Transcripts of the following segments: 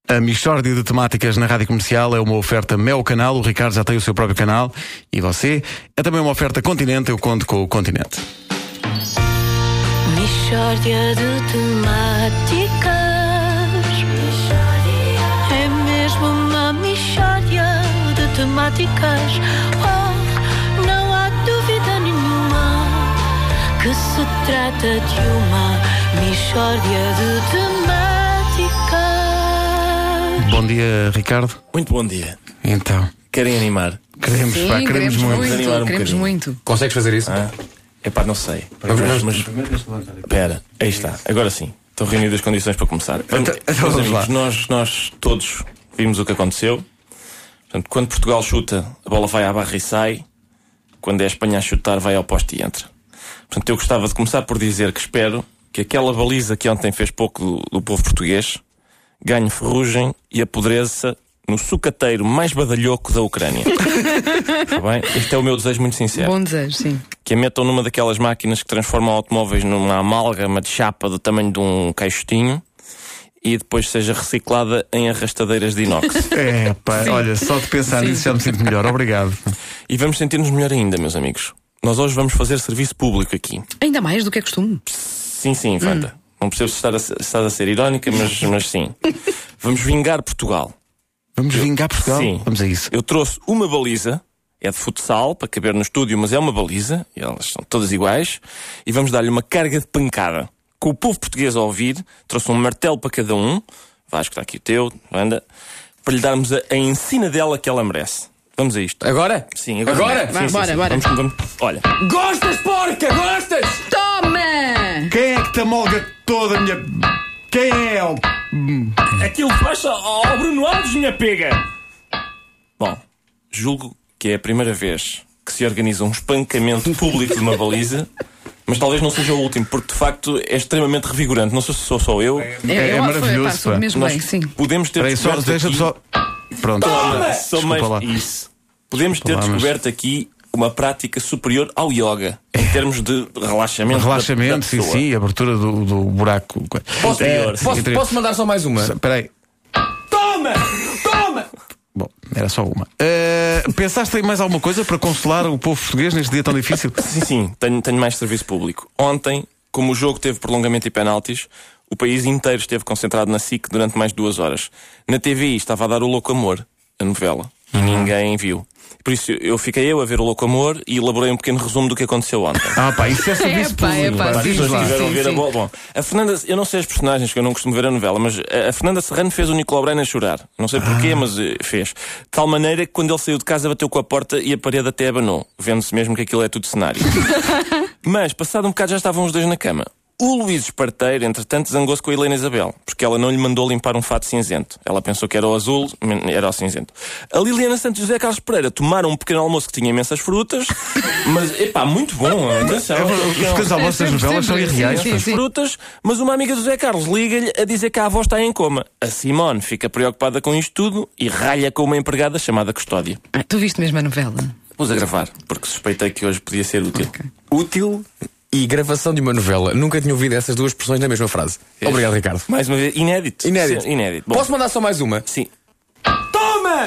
A mixórdia de temáticas na Rádio Comercial é uma oferta Mel Canal. O Ricardo já tem o seu próprio canal. E você? É também uma oferta Continente. Eu conto com o Continente. Mixórdia de temáticas. É mesmo uma mixórdia de temáticas. Oh, não há dúvida nenhuma que se trata de uma mixórdia de temáticas. Bom dia, Ricardo. Muito bom dia. Então, Querem animar? queremos muito. Queremos muito. Consegues fazer isso? Epá, não sei. Mas espera, aí está. Agora sim. Estão reunidas as condições para começar. Vamos lá. Nós todos vimos o que aconteceu. Portanto, quando Portugal chuta, a bola vai à barra e sai. Quando é a Espanha a chutar, vai ao poste e entra. Portanto, eu gostava de começar por dizer que espero que aquela baliza que ontem fez pouco do povo português ganhe ferrugem e apodreça no sucateiro mais badalhoco da Ucrânia. Está bem? Este é o meu desejo muito sincero. Bom desejo, sim. Que a metam numa daquelas máquinas que transformam automóveis numa amálgama de chapa do tamanho de um caixotinho e depois seja reciclada em arrastadeiras de inox. É, pá, olha, só de pensar nisso já me sinto melhor. Obrigado. E vamos sentir-nos melhor ainda, meus amigos. Nós hoje vamos fazer serviço público aqui. Ainda mais do que é costume. Sim, Fanta. Não percebo se estás a ser irónica, mas sim. Vamos vingar Portugal. Vamos vingar Portugal? Sim. Vamos a isso. Eu trouxe uma baliza, é de futsal, para caber no estúdio, mas é uma baliza, e elas são todas iguais, e vamos dar-lhe uma carga de pancada. Com o povo português a ouvir, trouxe um martelo para cada um, Vasco, está aqui o teu, anda, para lhe darmos a ensina dela que ela merece. Vamos a isto. Agora? Sim, agora. Agora? Sim, Bora. Vamos. Olha. Gostas, porca? Gostas? Toma! Quem é que te amolga toda a minha... Quem é ele? Aquilo que faz ao Bruno Alves, minha pega. Bom, julgo que é a primeira vez que se organiza um espancamento público de uma baliza, mas talvez não seja o último, porque de facto é extremamente revigorante. Não sei se sou só eu. É maravilhoso, Soube pá. mesmo Nós bem, sim. podemos ter descoberto Deixa-me aqui... só... Pronto. Só mais Desculpa lá. isso. Podemos ter Desculpa lá, descoberto aqui uma prática superior ao yoga, em termos de relaxamento. Relaxamento, da sim, pessoa. sim. Abertura do buraco. Interior. Posso mandar só mais uma? Espera aí. Toma! Bom, era só uma. Pensaste em mais alguma coisa para consolar o povo português neste dia tão difícil? Sim, tenho mais serviço público. Ontem, como o jogo teve prolongamento e penaltis, o país inteiro esteve concentrado na SIC durante mais de 2 horas. Na TVI estava a dar o Louco Amor, a novela, e ninguém viu. Por isso fiquei a ver o Louco Amor e elaborei um pequeno resumo do que aconteceu ontem. Pá, isso é serviço público. pá, As sim, pessoas sim, estiveram a ver sim. a bola. Bom, a Fernanda, eu não sei as personagens, que eu não costumo ver a novela, mas a Fernanda Serrano fez o Nicolau Breiner chorar. Não sei porquê, mas fez. De tal maneira que quando ele saiu de casa bateu com a porta e a parede até abanou. Vendo-se mesmo que aquilo é tudo cenário. Mas, passado um bocado, já estavam os dois na cama. O Luís Esparteiro, entretanto, zangou-se com a Helena Isabel, porque ela não lhe mandou limpar um fato cinzento. Ela pensou que era o azul, era o cinzento. A Liliana Santos e José Carlos Pereira tomaram um pequeno almoço que tinha imensas frutas, mas, muito bom, atenção. Os pequenos almoços das novelas são irreais. Sim, sim. Frutas, mas uma amiga do José Carlos liga-lhe a dizer que a avó está em coma. A Simone fica preocupada com isto tudo e ralha com uma empregada chamada Custódia. Tu viste mesmo a novela? Pus a gravar, porque suspeitei que hoje podia ser útil. Útil e gravação de uma novela. Nunca tinha ouvido essas duas expressões na mesma frase. Obrigado, Ricardo. Mais uma vez, inédito. Inédito. Sim, inédito. Bom, Posso mandar só mais uma? sim. Toma,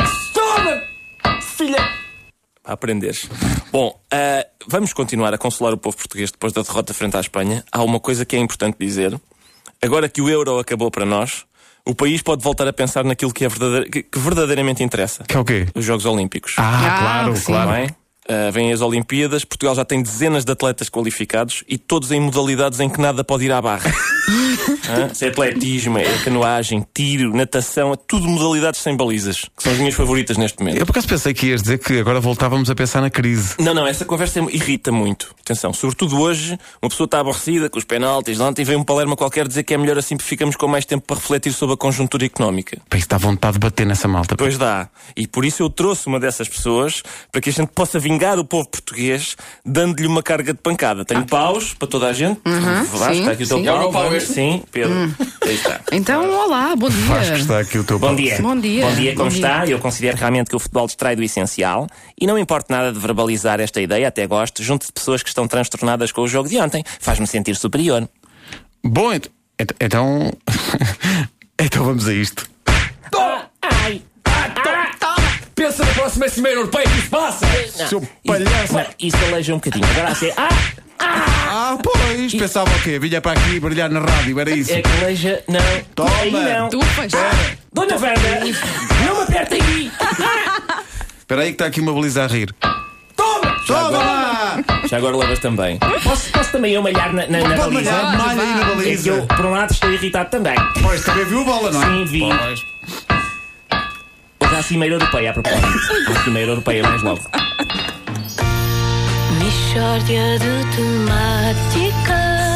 filha! Para aprenderes. Bom, vamos continuar a consolar o povo português depois da derrota frente à Espanha. Há uma coisa que é importante dizer. Agora que o euro acabou para nós, o país pode voltar a pensar naquilo que, que verdadeiramente interessa. Que é o quê? Os Jogos Olímpicos. Claro, sim. claro. Não é? Vêm as Olimpíadas, Portugal já tem dezenas de atletas qualificados e todos em modalidades em que nada pode ir à barra. Se é atletismo, é canoagem, tiro, natação, é tudo modalidades sem balizas, que são as minhas favoritas neste momento. Eu por acaso pensei que ias dizer que agora voltávamos a pensar na crise. Não, essa conversa irrita muito. Atenção, sobretudo hoje, uma pessoa está aborrecida com os penaltis de ontem e vem um palerma qualquer dizer que é melhor assim porque ficamos com mais tempo para refletir sobre a conjuntura económica. Pá, isso dá vontade de bater nessa malta. Pois dá. E por isso eu trouxe uma dessas pessoas para que a gente possa vingar o povo português dando-lhe uma carga de pancada. Tenho paus para toda a gente. Vasco, sim, está aqui o teu sim. pau. É o meu pau este? Sim, Pedro. Aí está. Então, olá, bom dia. Vasco, está aqui o teu Bom dia. Bom dia. Bom dia, como Bom está? Eu considero realmente que o futebol distrai do essencial e não me importa nada de verbalizar esta ideia, até gosto, junto de pessoas que estão transtornadas com o jogo de ontem. Faz-me sentir superior. Bom, então... então vamos a isto. próxima Cimeira Europeia que se passa? Seu palhaço. Isso aleija um bocadinho. Agora assim. Pois, pensava o quê? Vinha para aqui brilhar na rádio, era isso. É que aleija. Não. Toma. Aí não. Tu faz. Dona Wanda, não me aperta aí. Espera aí que está aqui uma baliza a rir. Toma! Toma! Já agora levas também. Posso também eu malhar na Pode baliza? malhar, malha aí na É que baliza. eu, por um lado, estou irritado também. Pois, também viu bola, não é? Sim, vi. Hoje há a Cimeira Europeia, a propósito. Há a Cimeira Europeia mais logo. Mixórdia de temáticas.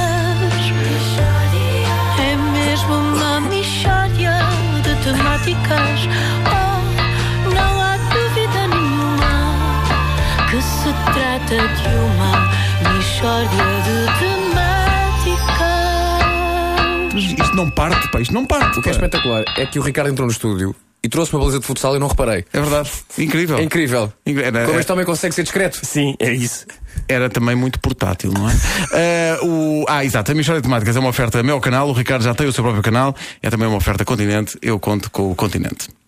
É mesmo uma mixórdia de temáticas. Oh, não há dúvida nenhuma que se trata de uma mixórdia de temáticas. Mas isto não parte, pá, isto não parte. O que é pá. espetacular é que o Ricardo entrou no estúdio e trouxe uma baliza de futsal e eu não reparei. É verdade, incrível. É incrível. Era, Como este homem consegue ser discreto. Sim, é isso. era também muito portátil, não é? Exato, a Mixórdia de Temáticas é uma oferta meu canal, o Ricardo já tem o seu próprio canal, é também uma oferta Continente, eu conto com o Continente.